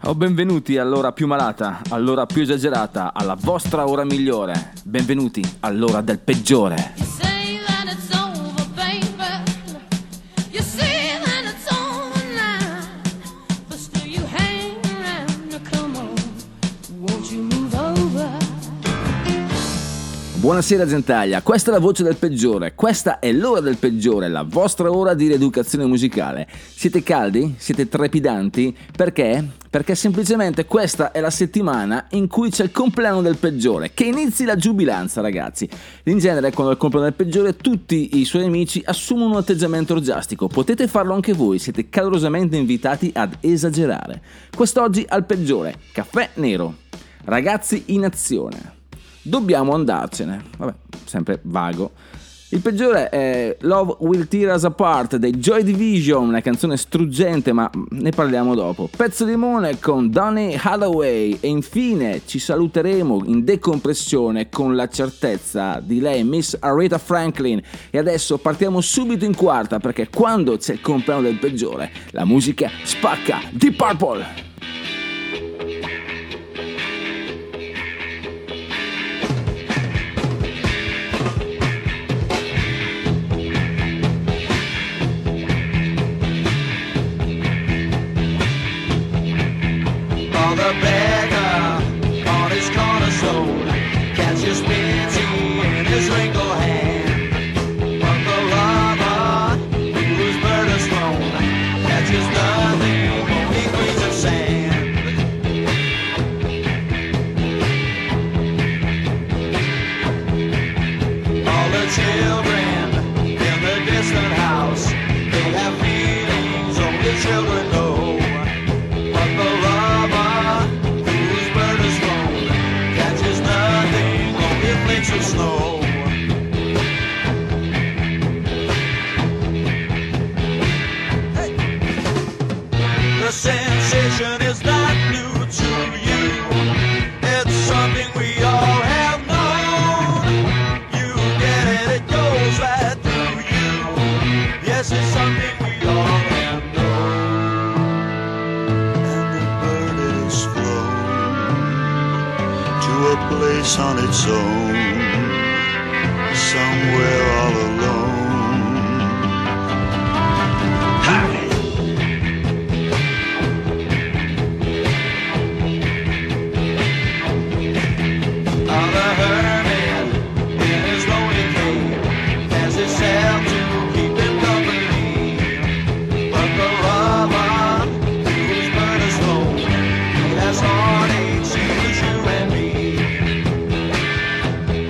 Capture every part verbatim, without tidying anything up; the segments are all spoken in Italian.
O benvenuti all'ora più malata, all'ora più esagerata, alla vostra ora migliore. Benvenuti all'ora del peggiore. Buonasera Gentaglia, questa è la voce del peggiore, questa è l'ora del peggiore, la vostra ora di rieducazione musicale. Siete caldi? Siete trepidanti? Perché? Perché semplicemente questa è la settimana in cui c'è il compleanno del peggiore, che inizi la giubilanza ragazzi. In genere quando è il compleanno del peggiore tutti i suoi amici assumono un atteggiamento orgiastico, potete farlo anche voi, siete calorosamente invitati ad esagerare. Quest'oggi al peggiore, caffè nero, ragazzi in azione. Dobbiamo andarcene, vabbè, sempre vago. Il peggiore è Love Will Tear Us Apart dei Joy Division, una canzone struggente ma ne parliamo dopo. Pezzo di limone con Donny Hathaway e infine ci saluteremo in decompressione con la certezza di lei, Miss Aretha Franklin. E adesso partiamo subito in quarta perché quando c'è il compleanno del peggiore la musica spacca. Deep Purple! The beggar on his cornerstone catches pity in his wrinkled hand. But the lover whose bird is thrown catches nothing, only grains of sand. All the children in the distant house, they have feelings only children know. But the lover of snow. Hey. The sensation is not new to you. It's something we all have known. You get it, it goes right through you. Yes, it's something we all have known. And the bird is flown to a place on its own, somewhere all alone. Hi! Oh, the hermit in his lonely cave has himself to keep him company. But the lover whose bird is flown, he has heartaches, he was you and me.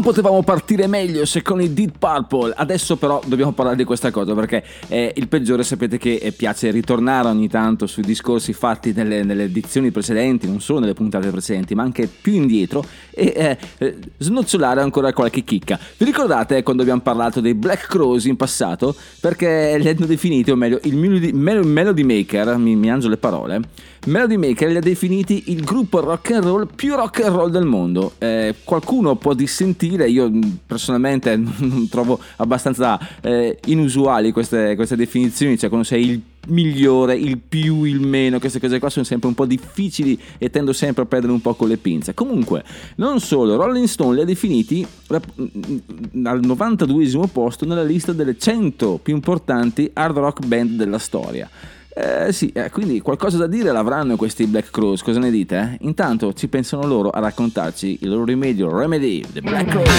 potevamo partire meglio se con i Deep Purple. Adesso però dobbiamo parlare di questa cosa, perché eh, il peggiore sapete che eh, piace ritornare ogni tanto sui discorsi fatti nelle, nelle edizioni precedenti, non solo nelle puntate precedenti ma anche più indietro, e eh, eh, snocciolare ancora qualche chicca. Vi ricordate quando abbiamo parlato dei Black Crowes in passato? Perché li hanno definiti, o meglio il Melody, Melody Maker, mi, mi mangio le parole, Melody Maker li ha definiti il gruppo rock and roll più rock and roll del mondo. Eh, qualcuno può dissentire, io personalmente non trovo abbastanza eh, inusuali queste, queste definizioni, cioè quando sei il migliore, il più, il meno, queste cose qua sono sempre un po' difficili e tendo sempre a perdere un po' con le pinze. Comunque, non solo, Rolling Stone li ha definiti al novantaduesimo posto nella lista delle cento più importanti hard rock band della storia. Eh, sì, eh, quindi qualcosa da dire l'avranno questi Black Crowes, cosa ne dite? Eh? Intanto ci pensano loro a raccontarci il loro rimedio, Remedy, The Black Crowes.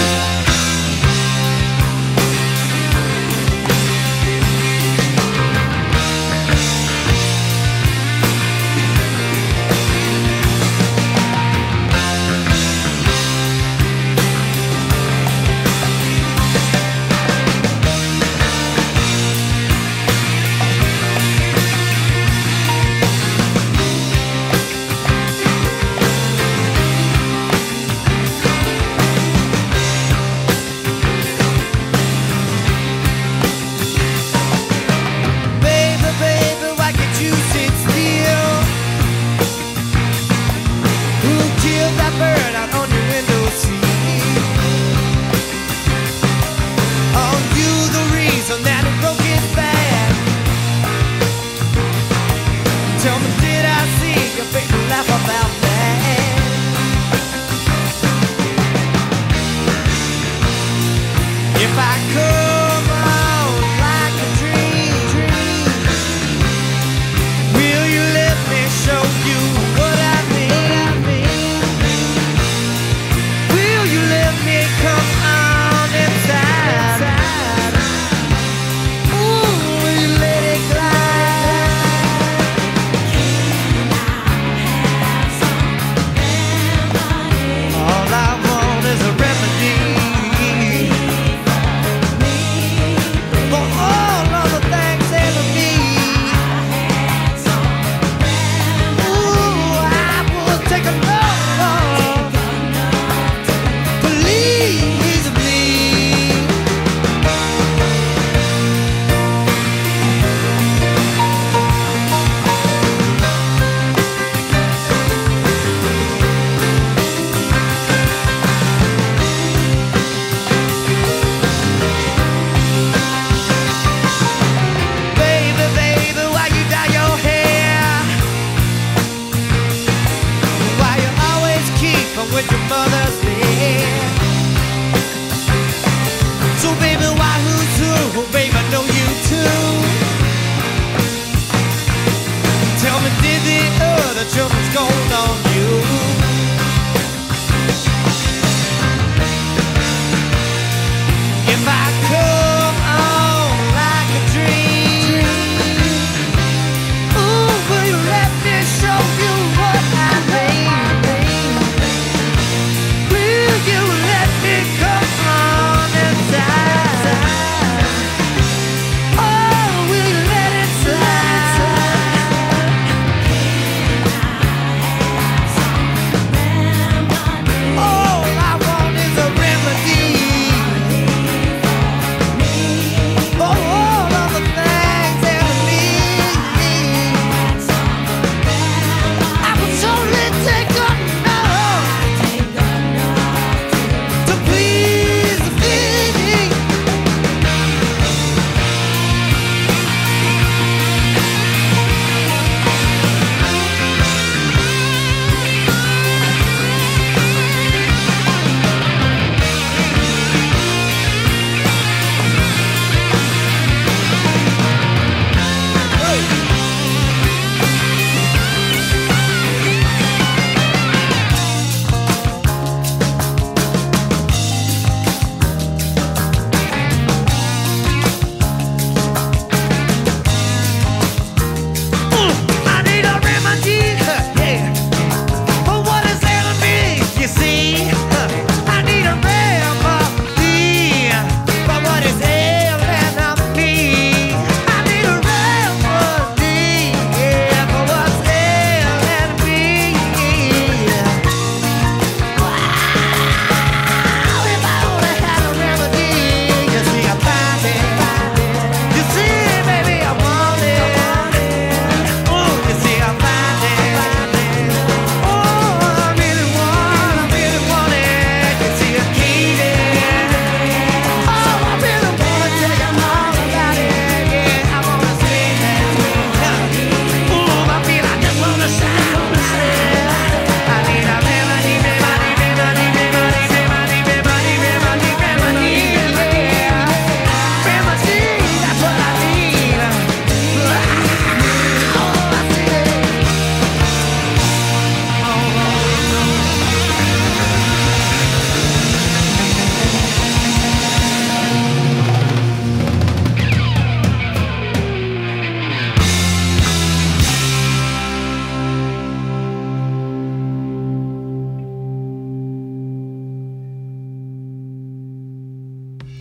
You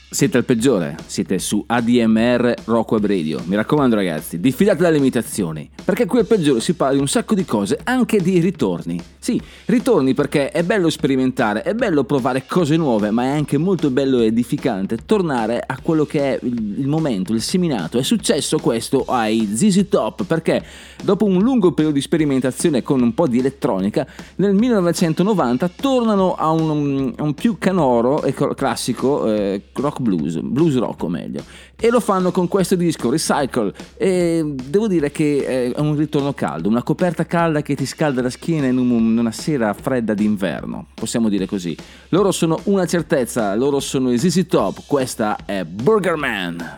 Siete il peggiore, siete su A D M R Rock Web Radio. Mi raccomando ragazzi, diffidate dalle imitazioni, perché qui al peggiore si parla di un sacco di cose, anche di ritorni. Sì, ritorni perché è bello sperimentare, è bello provare cose nuove, ma è anche molto bello e edificante tornare a quello che è il, il momento, il seminato. È successo questo ai Z Z Top, perché dopo un lungo periodo di sperimentazione con un po' di elettronica, nel millenovecentonovanta tornano a un, a un più canoro e classico eh, rock blues, blues rock o meglio, e lo fanno con questo disco Recycle, e devo dire che è un ritorno caldo, una coperta calda che ti scalda la schiena in, un, in una sera fredda d'inverno, possiamo dire così. Loro sono una certezza, loro sono i Z Z Top, questa è Burger Man.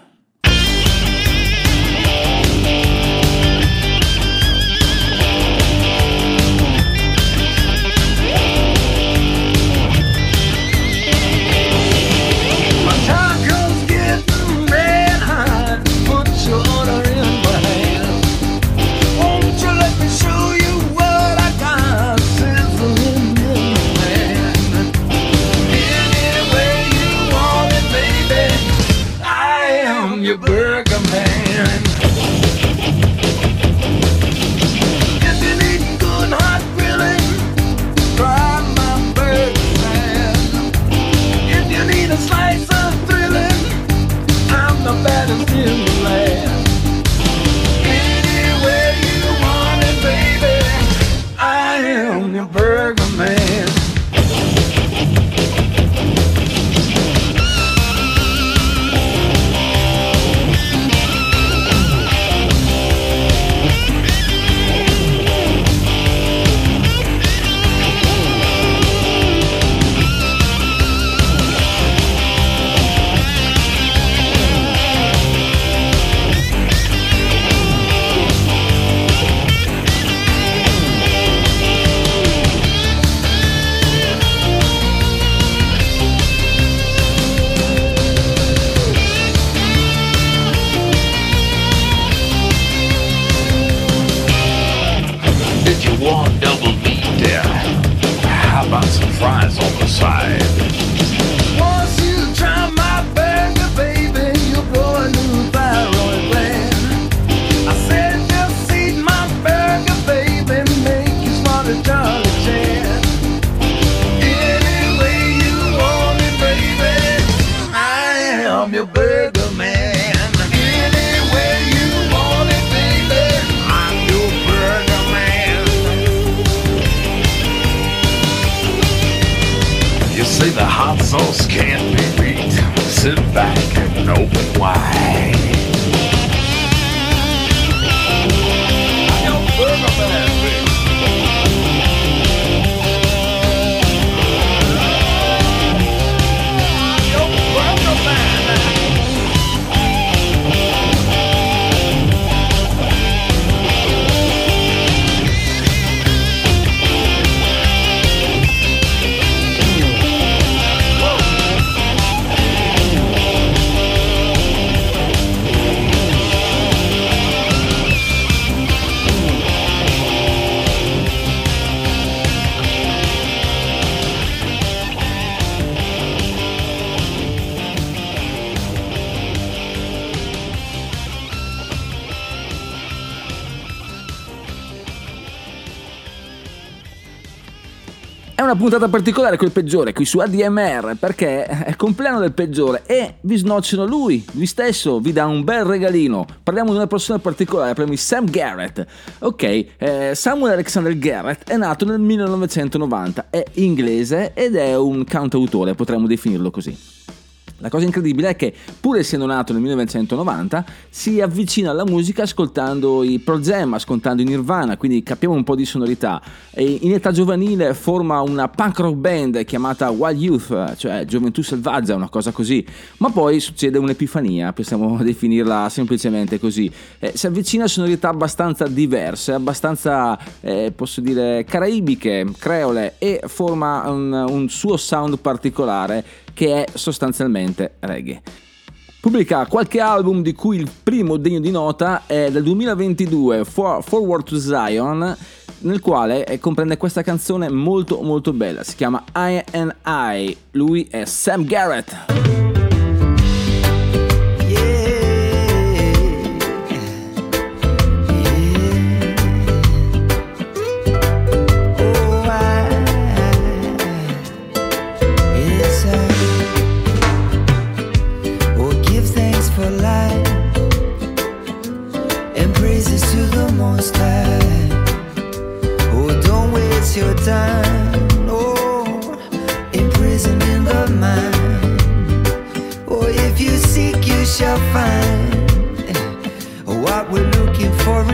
È una puntata particolare quel peggiore qui su A D M R, perché è il compleanno del peggiore e vi snocciano lui, lui stesso vi dà un bel regalino. Parliamo di una persona particolare, parliamo di Sam Garrett. Ok, eh, Samuel Alexander Garrett è nato nel millenovecentonovanta, è inglese ed è un cantautore, potremmo definirlo così. La cosa incredibile è che, pur essendo nato nel millenovecentonovanta, si avvicina alla musica ascoltando i Pearl Jam, ascoltando i Nirvana, quindi capiamo un po' di sonorità. E in età giovanile forma una punk rock band chiamata Wild Youth, cioè Gioventù Selvaggia, una cosa così. Ma poi succede un'epifania, possiamo definirla semplicemente così. Eh, si avvicina a sonorità abbastanza diverse, abbastanza, eh, posso dire, caraibiche, creole, e forma un, un suo sound particolare che è sostanzialmente reggae. Pubblica qualche album, di cui il primo degno di nota è del duemilaventidue, For, Forward to Zion, nel quale eh, comprende questa canzone molto molto bella, si chiama I and I, lui è Sam Garrett.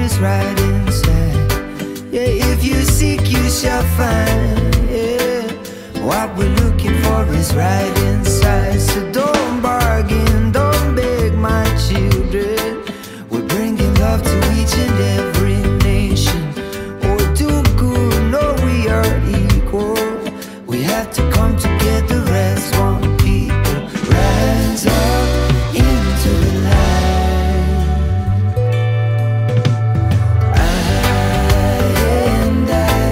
is right inside. Yeah, if you seek, you shall find. Yeah, what we're looking for is right inside. So don't bargain, don't beg, my children. We're bringing love to each and every nation. Or do good, no, we are equal. We have to come together as one people. Rise up into the light. I and I,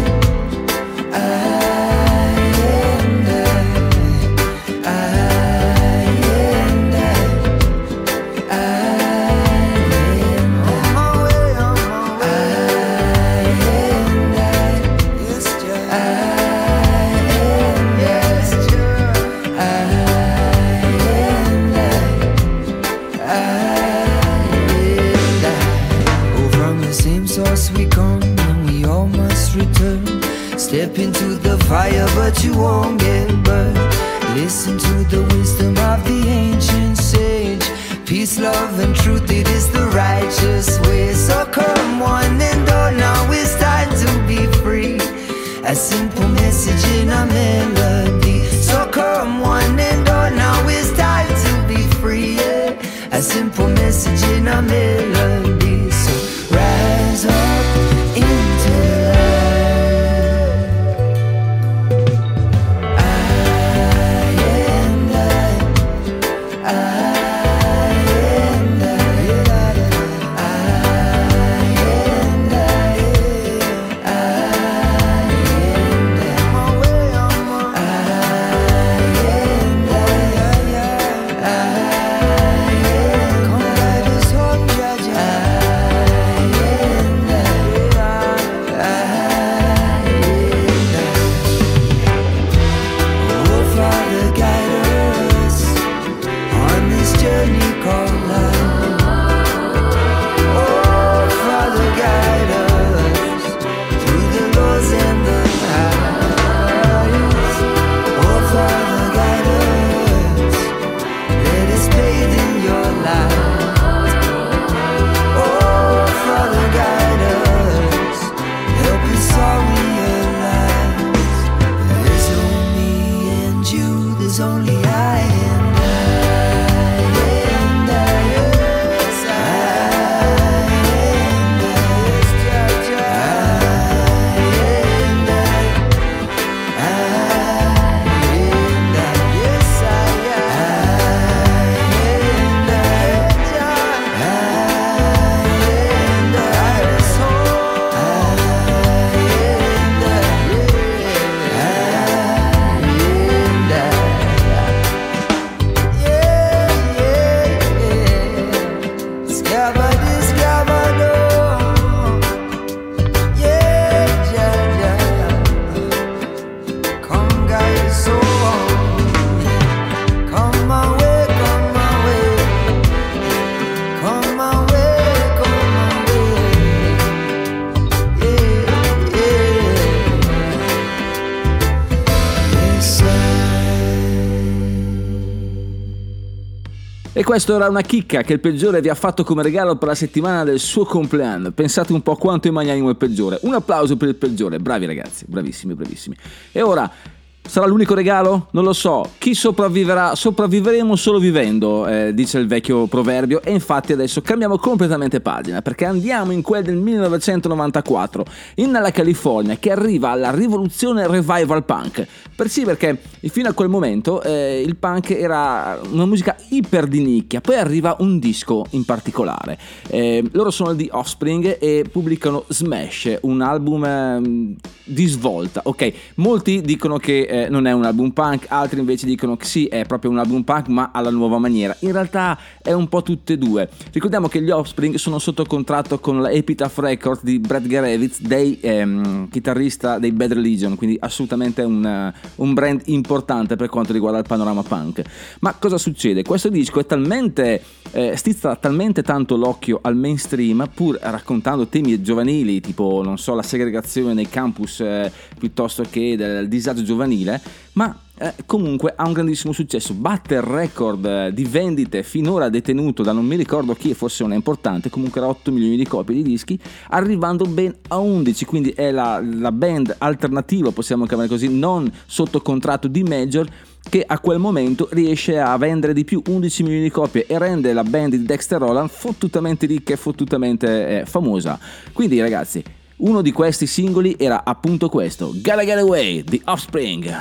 I and I, I and I, I and I. On my way, on my way. I and I, yes, just I. Source we come and we all must return. Step into the fire but you won't get burned. Listen to the wisdom of the ancient sage. Peace, love and truth, it is the righteous way. So come one and all, now it's time to be free. A simple message in a melody. So come one and all, now it's time to be free. Yeah. A simple message in a melody. So rise up into the light. I and I, I and I, I and I, I and I. My way, on my I and I, I. Come let us hold judge. E questo era una chicca che il Peggiore vi ha fatto come regalo per la settimana del suo compleanno. Pensate un po' quanto è magnanimo il Peggiore. Un applauso per il Peggiore, bravi ragazzi, bravissimi, bravissimi. E ora, sarà l'unico regalo? Non lo so. Chi sopravviverà? Sopravviveremo solo vivendo, eh, dice il vecchio proverbio. E infatti adesso cambiamo completamente pagina, perché andiamo in quel del millenovecentonovantaquattro, in nella California, che arriva alla rivoluzione revival punk. Per sì, perché fino a quel momento eh, il punk era una musica iper di nicchia. Poi arriva un disco in particolare. Eh, loro sono The Offspring e pubblicano Smash, un album eh, di svolta. Ok, molti dicono che eh, non è un album punk, altri invece dicono che sì, è proprio un album punk ma alla nuova maniera. In realtà è un po' tutte e due. Ricordiamo che gli Offspring sono sotto contratto con la Epitaph Records di Brett Gurewitz, dei ehm, chitarrista dei Bad Religion, quindi assolutamente un, un brand importante per quanto riguarda il panorama punk. Ma cosa succede? Questo disco è talmente eh, stizza talmente tanto l'occhio al mainstream, pur raccontando temi giovanili tipo, non so, la segregazione nei campus eh, piuttosto che del disagio giovanile, ma eh, comunque ha un grandissimo successo, batte il record di vendite finora detenuto da non mi ricordo chi, forse non è importante, comunque era otto milioni di copie di dischi, arrivando ben a undici, quindi è la, la band alternativa, possiamo chiamare così, non sotto contratto di major, che a quel momento riesce a vendere di più, undici milioni di copie, e rende la band di Dexter Holland fottutamente ricca e fottutamente eh, famosa. Quindi ragazzi, uno di questi singoli era appunto questo, Gotta Get Away, The Offspring.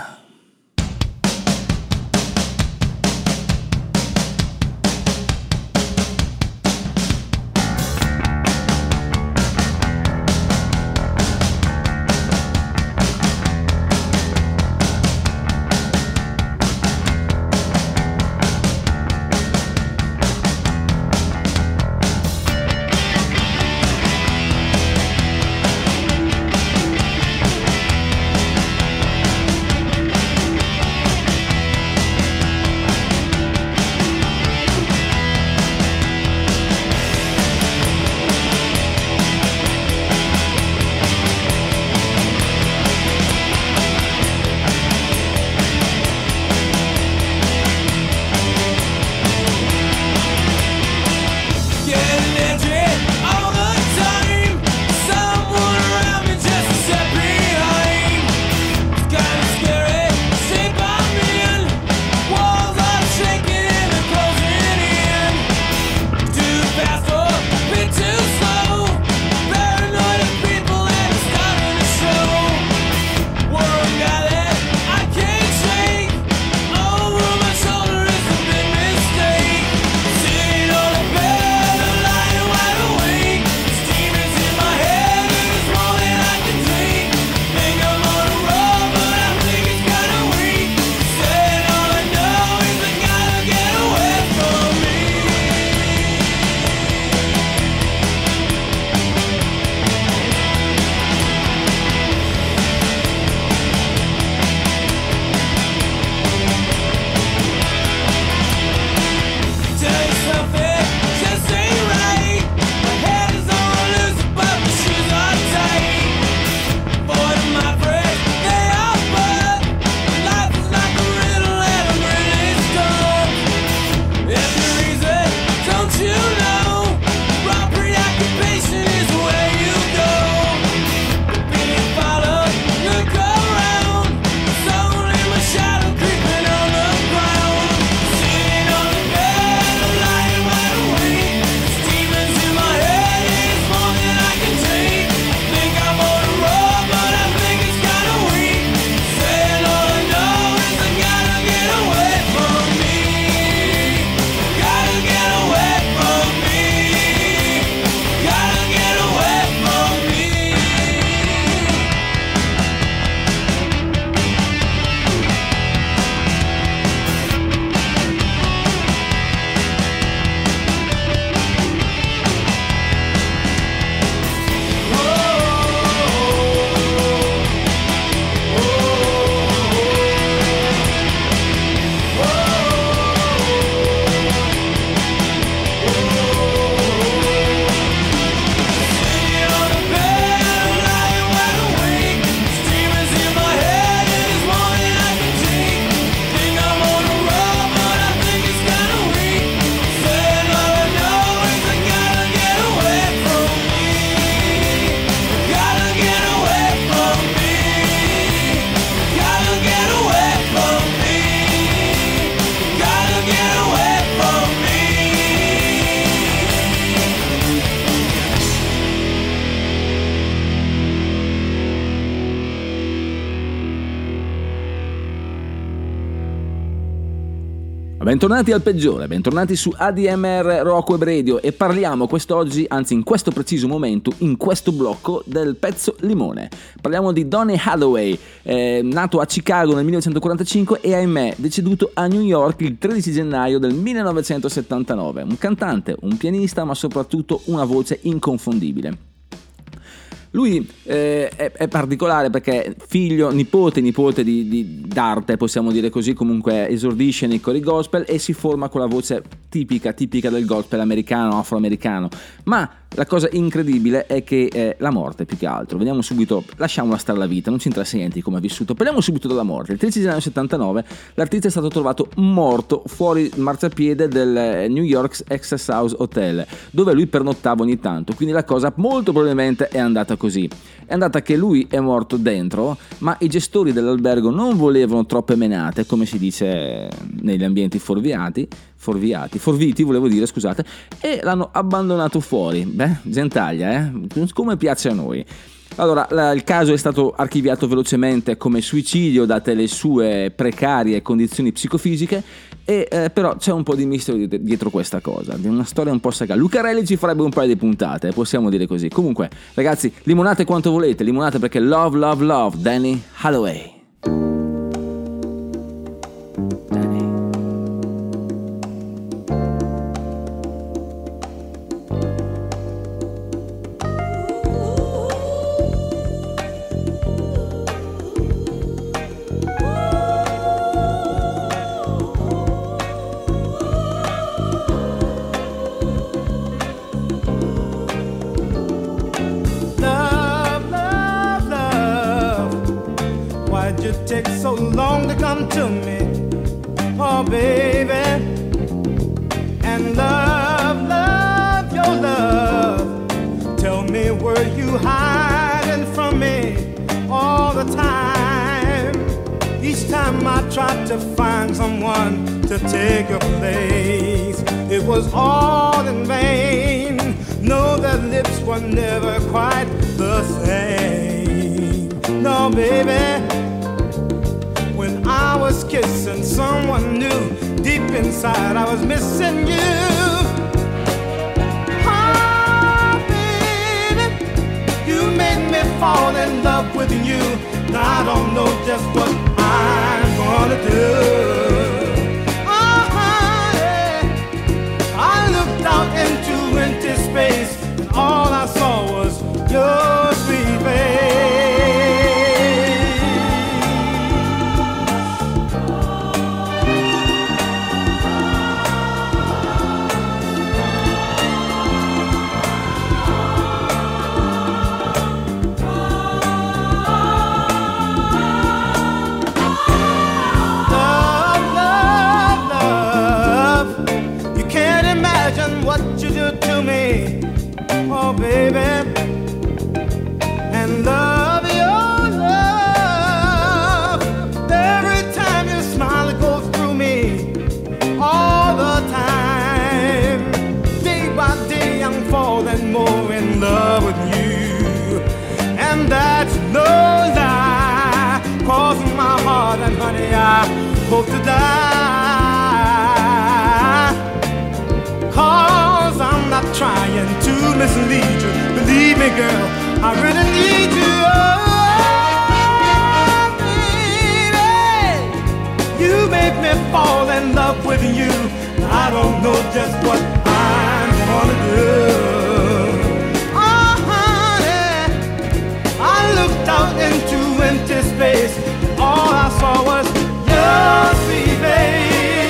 Bentornati al peggiore, bentornati su A D M R Rock Web Radio e parliamo quest'oggi, anzi in questo preciso momento, in questo blocco del pezzo limone. Parliamo di Donny Hathaway, eh, nato a Chicago nel millenovecentoquarantacinque e ahimè deceduto a New York il tredici gennaio del millenovecentosettantanove. Un cantante, un pianista, ma soprattutto una voce inconfondibile. Lui eh, è, è particolare perché figlio, nipote, nipote di, di, d'arte, possiamo dire così, comunque esordisce nei cori gospel e si forma con la voce tipica, tipica del gospel americano, afroamericano, ma la cosa incredibile è che eh, la morte, più che altro, vediamo subito, lasciamola stare la vita, non ci interessa niente di come ha vissuto, parliamo subito della morte. Il tredici gennaio settantanove l'artista è stato trovato morto fuori il marciapiede del New York's Access House Hotel, dove lui pernottava ogni tanto, quindi la cosa molto probabilmente è andata così. È andata che lui è morto dentro, ma i gestori dell'albergo non volevano troppe menate, come si dice negli ambienti forviati, forviati, forviti volevo dire, scusate, e l'hanno abbandonato fuori. Beh, gentaglia, eh? Come piace a noi. Allora, la, il caso è stato archiviato velocemente come suicidio date le sue precarie condizioni psicofisiche, e eh, però c'è un po' di mistero dietro questa cosa, di una storia un po' sagata. Lucarelli ci farebbe un paio di puntate, possiamo dire così. Comunque, ragazzi, limonate quanto volete, limonate perché Love, Love, Love, Danny Holloway. Take so long to come to me, oh baby, and love, love, your love. Tell me, were you hiding from me all the time? Each time I tried to find someone to take your place, it was all in vain. No, their lips were never quite the same. No, baby, when I was kissing someone new, deep inside I was missing you. Oh, baby, you made me fall in love with you. Now I don't know just what I'm gonna do. Oh, honey, I looked out into empty space, and all I saw was your sweet face. Oh, baby, and love, your love. Every time you smile, it goes through me all the time. Day by day, I'm falling more in love with you, and that's no lie. Crossing my heart, and honey, I hope to die. Cause I'm not trying to mislead you. Believe me, girl, I really need you. Oh, baby, you make me fall in love with you. I don't know just what I'm gonna do. Oh, honey, I looked out into empty space, and all I saw was your sweet face.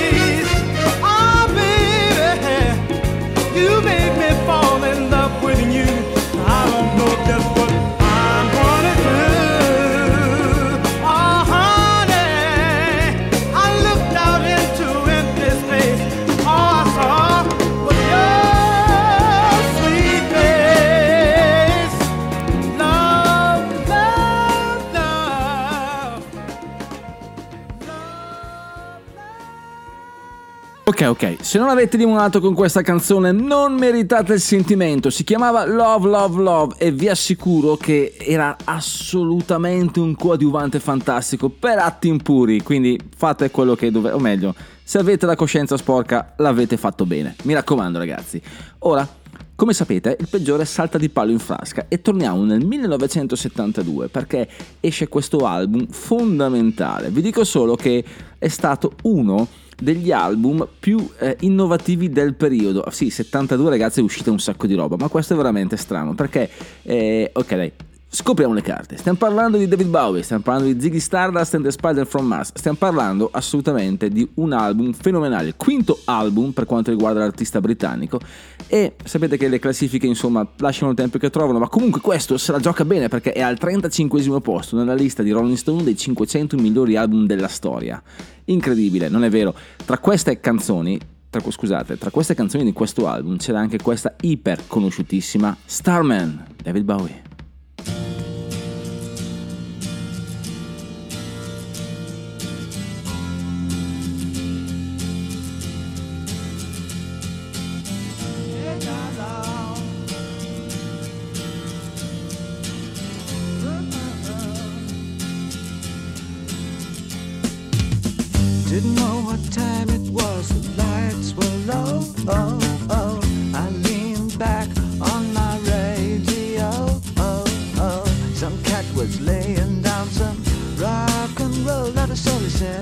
You made me fall in love with you. I don't know just what I'm gonna do. Oh, honey, I looked out into empty space. All I saw was your sweet face. Love, love, love. Ok, ok, se non avete limonato con questa canzone non meritate il sentimento. Si chiamava Love, Love, Love e vi assicuro che era assolutamente un coadiuvante fantastico per atti impuri, quindi fate quello che dovete, o meglio, se avete la coscienza sporca l'avete fatto bene, mi raccomando ragazzi. Ora, come sapete, il peggiore salta di palo in frasca e torniamo nel millenovecentosettantadue perché esce questo album fondamentale. Vi dico solo che è stato uno degli album più eh, innovativi del periodo. Sì, settantadue ragazzi, è uscita un sacco di roba, ma questo è veramente strano perché eh, ok dai, Scopriamo le carte. Stiamo parlando di David Bowie, stiamo parlando di Ziggy Stardust and the Spider from Mars, stiamo parlando assolutamente di un album fenomenale, il quinto album per quanto riguarda l'artista britannico, e sapete che le classifiche insomma lasciano il tempo che trovano, ma comunque questo se la gioca bene perché è al trentacinquesimo posto nella lista di Rolling Stone dei cinquecento migliori album della storia. Incredibile, non è vero? Tra queste canzoni Tra, scusate, tra queste canzoni di questo album c'era anche questa iper conosciutissima Starman, David Bowie. Didn't know what time it was, the lights were low, oh, oh. I leaned back on my radio, oh, oh. Some cat was laying down some rock and roll, that is all he said.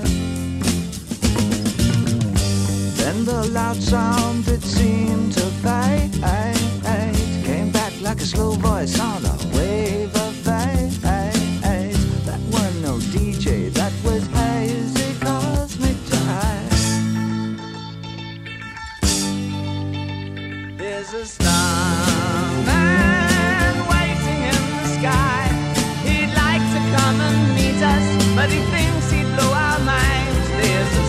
Then the loud sound it seemed to fade, came back like a slow voice on a wave of fade. That wasn't no D J, that was hazy cosmic jive. There's a starman waiting in the sky. He'd like to come and meet us, but he thinks he'd blow our minds. There's a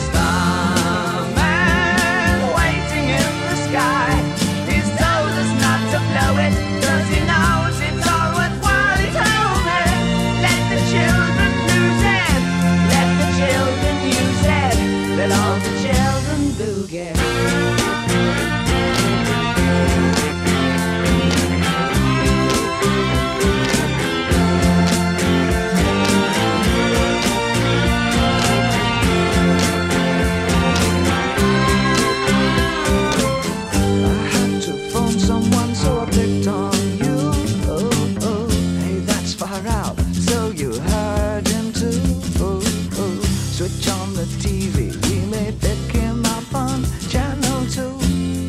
starman waiting in the sky. He's told us not to blow it, 'cause he knows it's all worthwhile. He told me, let the children lose it, let the children use it, let all the children boogie. Switch on the T V, we may pick him up on channel two.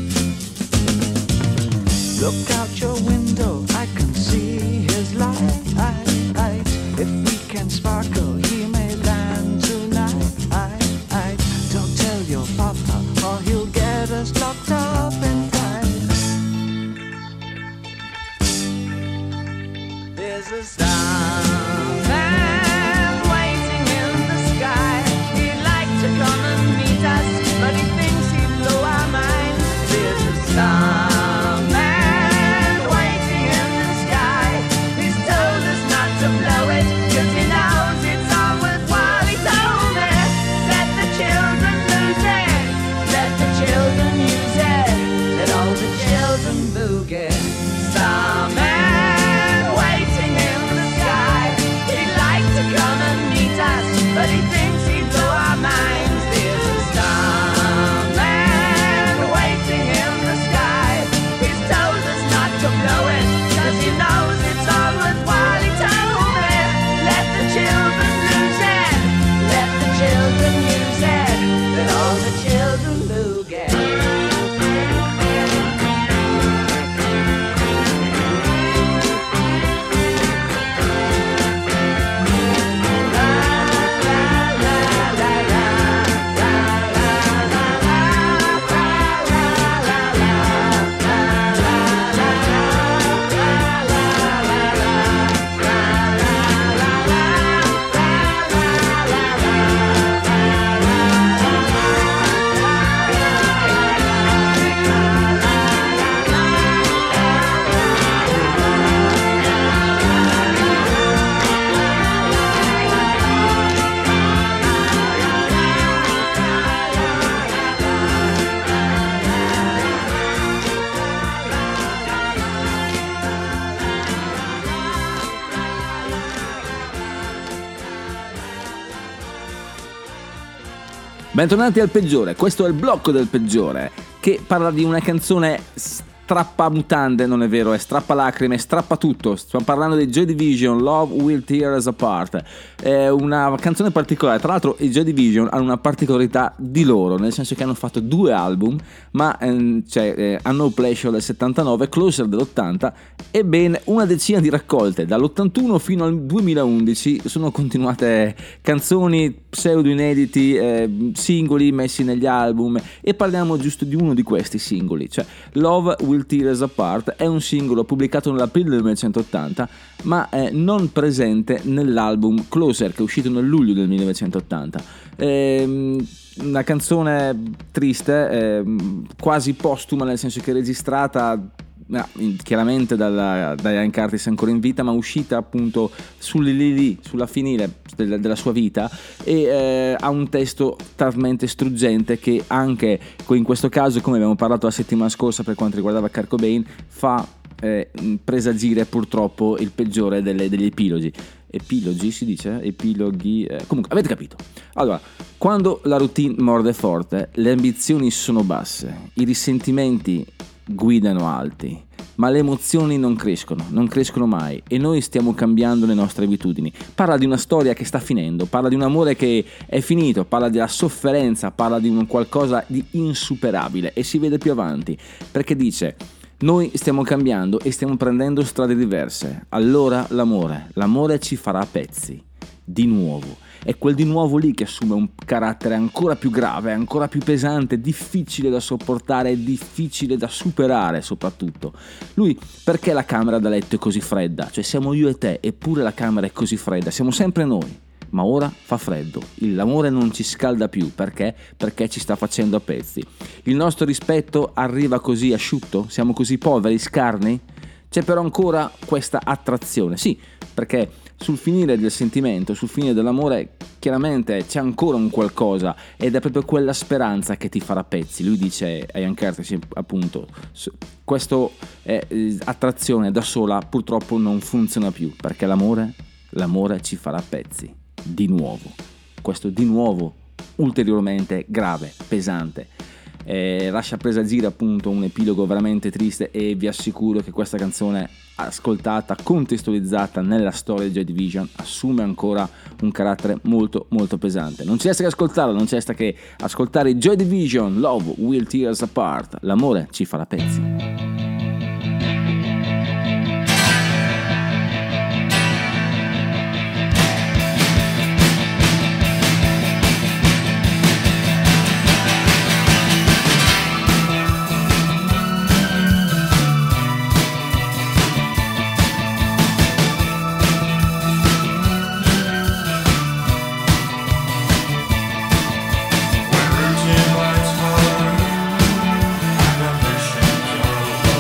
Look out your window, I can see his light. If we can sparkle, he may land tonight. Don't tell your papa, or he'll get us locked up in time. There's a starman waiting in the sky. He'd like to come and meet us, but he thinks he'd blow our minds. There's a starman waiting in the sky. He's told us not to blow it, 'cause he knows it's all worthwhile. He told me, let the children lose it, let the children use it, let all the children boogie. Starman waiting in the sky. He'd like to come and meet us, but he thinks he'd blow our minds. There's a starman waiting in the sky. He's told us not to blow it, 'cause he knows it's all worthwhile. He told me, let the children lose it, let the children use it, let all the children boogie. Bentornati al peggiore, questo è il blocco del peggiore, che parla di una canzone strappa mutande, non è vero, è strappa lacrime, strappa tutto. Stiamo parlando di Joy Division, Love Will Tear Us Apart. È una canzone particolare, tra l'altro i Joy Division hanno una particolarità di loro, nel senso che hanno fatto due album, ma ehm, c'è eh, A No Pleasure del settantanove, Closer dell'ottanta e ben una decina di raccolte. Dall'ottantuno fino al duemilaundici sono continuate canzoni pseudo inediti, eh, singoli messi negli album, e parliamo giusto di uno di questi singoli, cioè Love Will Tear Us Apart. È un singolo pubblicato nell'aprile del millenovecentottanta, ma è non presente nell'album Closer, che è uscito nel luglio del millenovecentottanta. Ehm, una canzone triste, ehm, quasi postuma, nel senso che è registrata No, chiaramente dalla, da Ian Curtis ancora in vita, ma uscita appunto sul lì lì, sulla finire del, della sua vita, e eh, ha un testo talmente struggente che anche in questo caso, come abbiamo parlato la settimana scorsa per quanto riguardava Kurt Cobain, fa eh, presagire purtroppo il peggiore delle, degli epilogi. Epilogi si dice? Epiloghi? Eh, comunque avete capito. Allora, quando la routine morde forte, le ambizioni sono basse, i risentimenti guidano alti, ma le emozioni non crescono, non crescono mai, e noi stiamo cambiando le nostre abitudini. Parla di una storia che sta finendo, parla di un amore che è finito, parla della sofferenza, parla di un qualcosa di insuperabile, e si vede più avanti, perché dice: noi stiamo cambiando e stiamo prendendo strade diverse, allora l'amore, l'amore ci farà a pezzi, di nuovo. È quel di nuovo lì che assume un carattere ancora più grave, ancora più pesante, difficile da sopportare e difficile da superare soprattutto. Lui, perché la camera da letto è così fredda? Cioè siamo io e te, eppure la camera è così fredda, siamo sempre noi. Ma ora fa freddo, l'amore non ci scalda più, perché? Perché ci sta facendo a pezzi. Il nostro rispetto arriva così asciutto? Siamo così poveri, scarni? C'è però ancora questa attrazione, sì, perché sul finire del sentimento, sul finire dell'amore, chiaramente c'è ancora un qualcosa, ed è proprio quella speranza che ti farà pezzi. Lui dice a Ian Curtis, appunto, questa eh, attrazione da sola purtroppo non funziona più, perché l'amore, l'amore ci farà pezzi, di nuovo. Questo di nuovo ulteriormente grave, pesante. Eh, lascia presagire appunto un epilogo veramente triste, e vi assicuro che questa canzone, ascoltata, contestualizzata nella storia di Joy Division, assume ancora un carattere molto molto pesante. Non ci resta che ascoltarla, non ci resta che ascoltare Joy Division, Love Will Tear Us Apart, l'amore ci farà pezzi. Where routine lights hard, and ambition goes.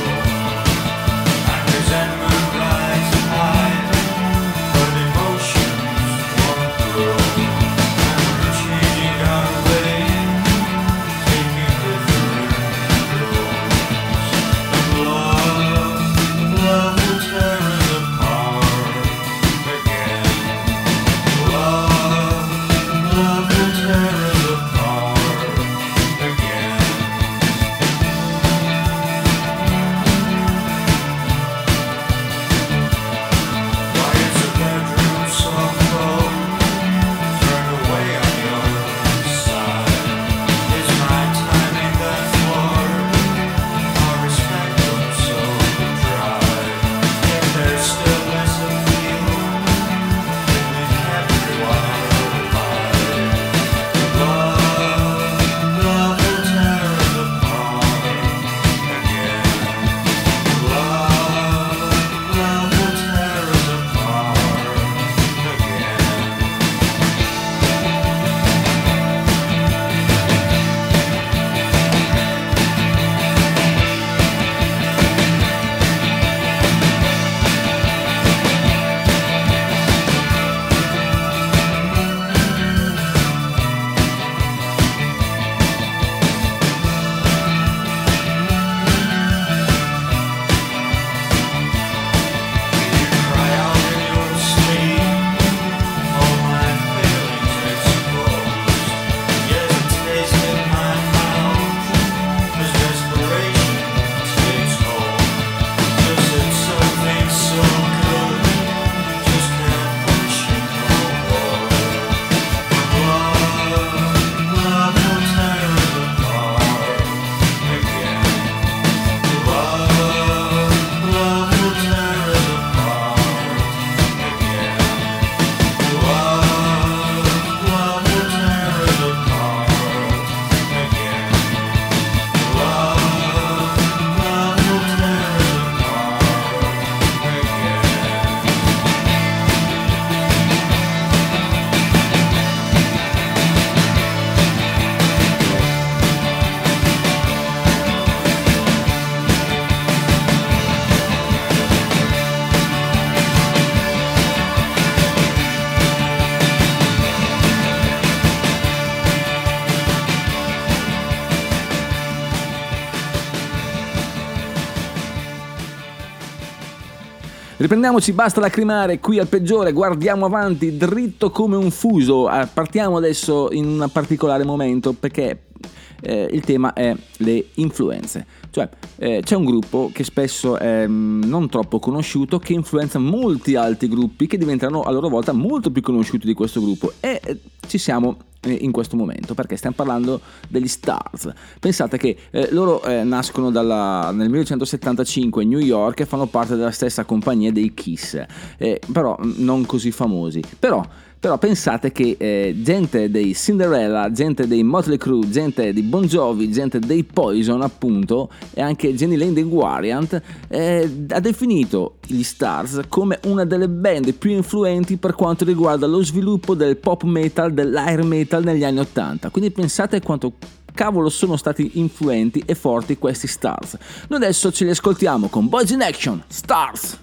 Riprendiamoci, basta lacrimare qui al peggiore, guardiamo avanti dritto come un fuso. Eh, partiamo adesso in un particolare momento perché eh, il tema è le influenze. Cioè eh, c'è un gruppo che spesso è mh, non troppo conosciuto, che influenza molti altri gruppi che diventano a loro volta molto più conosciuti di questo gruppo, e eh, ci siamo in questo momento perché stiamo parlando degli Stars. Pensate che eh, loro eh, nascono dalla, nel millenovecentosettantacinque a New York e fanno parte della stessa compagnia dei Kiss, eh, però non così famosi. Però Però pensate che eh, gente dei Cinderella, gente dei Motley Crue, gente di Bon Jovi, gente dei Poison appunto, e anche Jenny Lane dei Variant eh, ha definito gli Stars come una delle band più influenti per quanto riguarda lo sviluppo del pop metal, dell'air metal negli anni ottanta. Quindi pensate quanto cavolo sono stati influenti e forti questi Stars. Noi adesso ce li ascoltiamo con Boys in Action, Stars.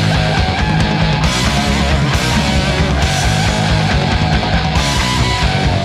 We'll be right back.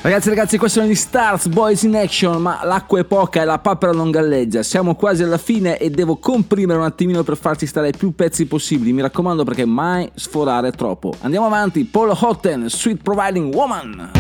Ragazzi ragazzi, questi sono gli Stars, Boys in Action, ma l'acqua è poca e la papera non galleggia. Siamo quasi alla fine e devo comprimere un attimino per farci stare più pezzi possibili. Mi raccomando, perché mai sforare troppo. Andiamo avanti, Paul Houghton, Sweet Providing Woman.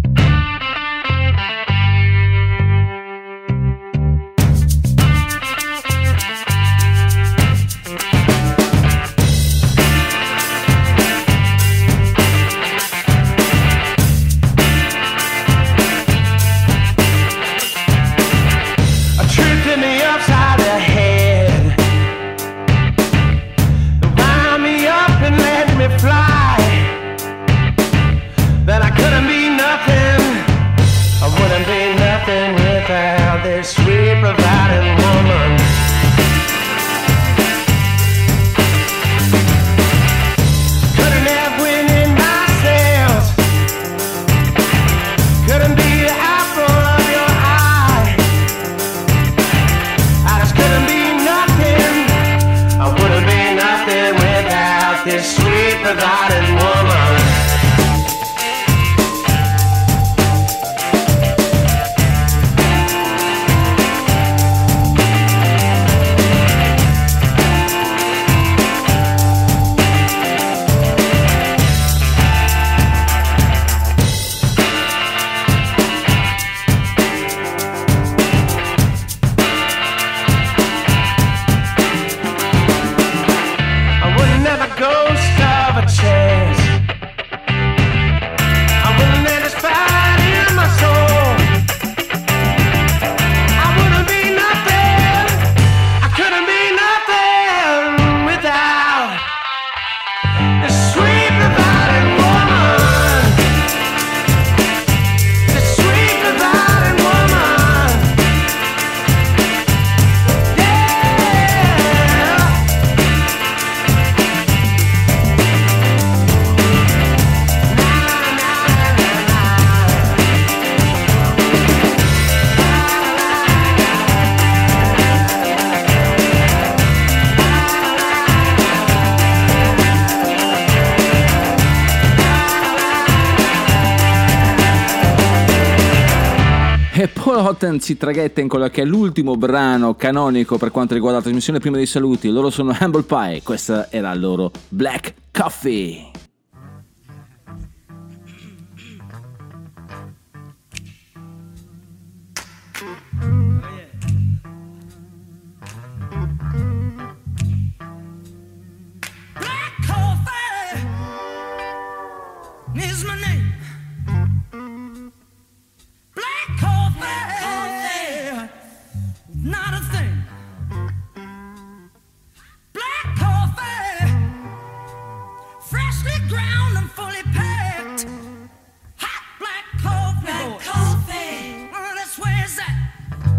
Sweet providing woman. Couldn't have winning myself. Couldn't be the apple of your eye. I just couldn't be nothing. I wouldn't be nothing without this sweet providing woman. E Paul Houghton si traghetta in quello che è l'ultimo brano canonico per quanto riguarda la trasmissione. Prima dei saluti, loro sono Humble Pie, questa era il loro Black Coffee. Black coffee is my name. Black coffee, not a thing. Black coffee, freshly ground and fully packed. Hot black coffee, black coffee. Oh, that's where it's at.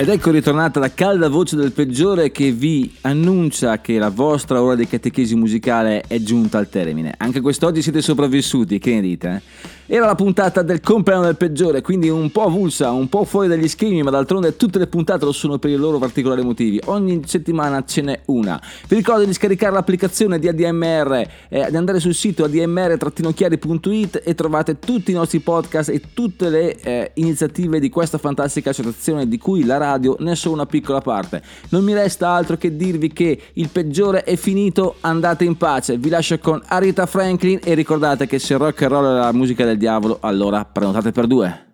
Ed ecco ritornata la calda voce del peggiore che vi annuncia che la vostra ora di catechesi musicale è giunta al termine. Anche quest'oggi siete sopravvissuti, che ne dite? Era la puntata del compleanno del peggiore, quindi un po' avulsa, un po' fuori dagli schemi, ma d'altronde tutte le puntate lo sono per i loro particolari motivi. Ogni settimana ce n'è una. Vi ricordo di scaricare l'applicazione di A D M R, eh, di andare sul sito a d m r chiari punto i t e trovate tutti i nostri podcast e tutte le eh, iniziative di questa fantastica associazione di cui la radio ne è solo una piccola parte. Non mi resta altro che dirvi che il peggiore è finito, andate in pace. Vi lascio con Aretha Franklin e ricordate che se rock and roll è la musica del diavolo, allora prenotate per due.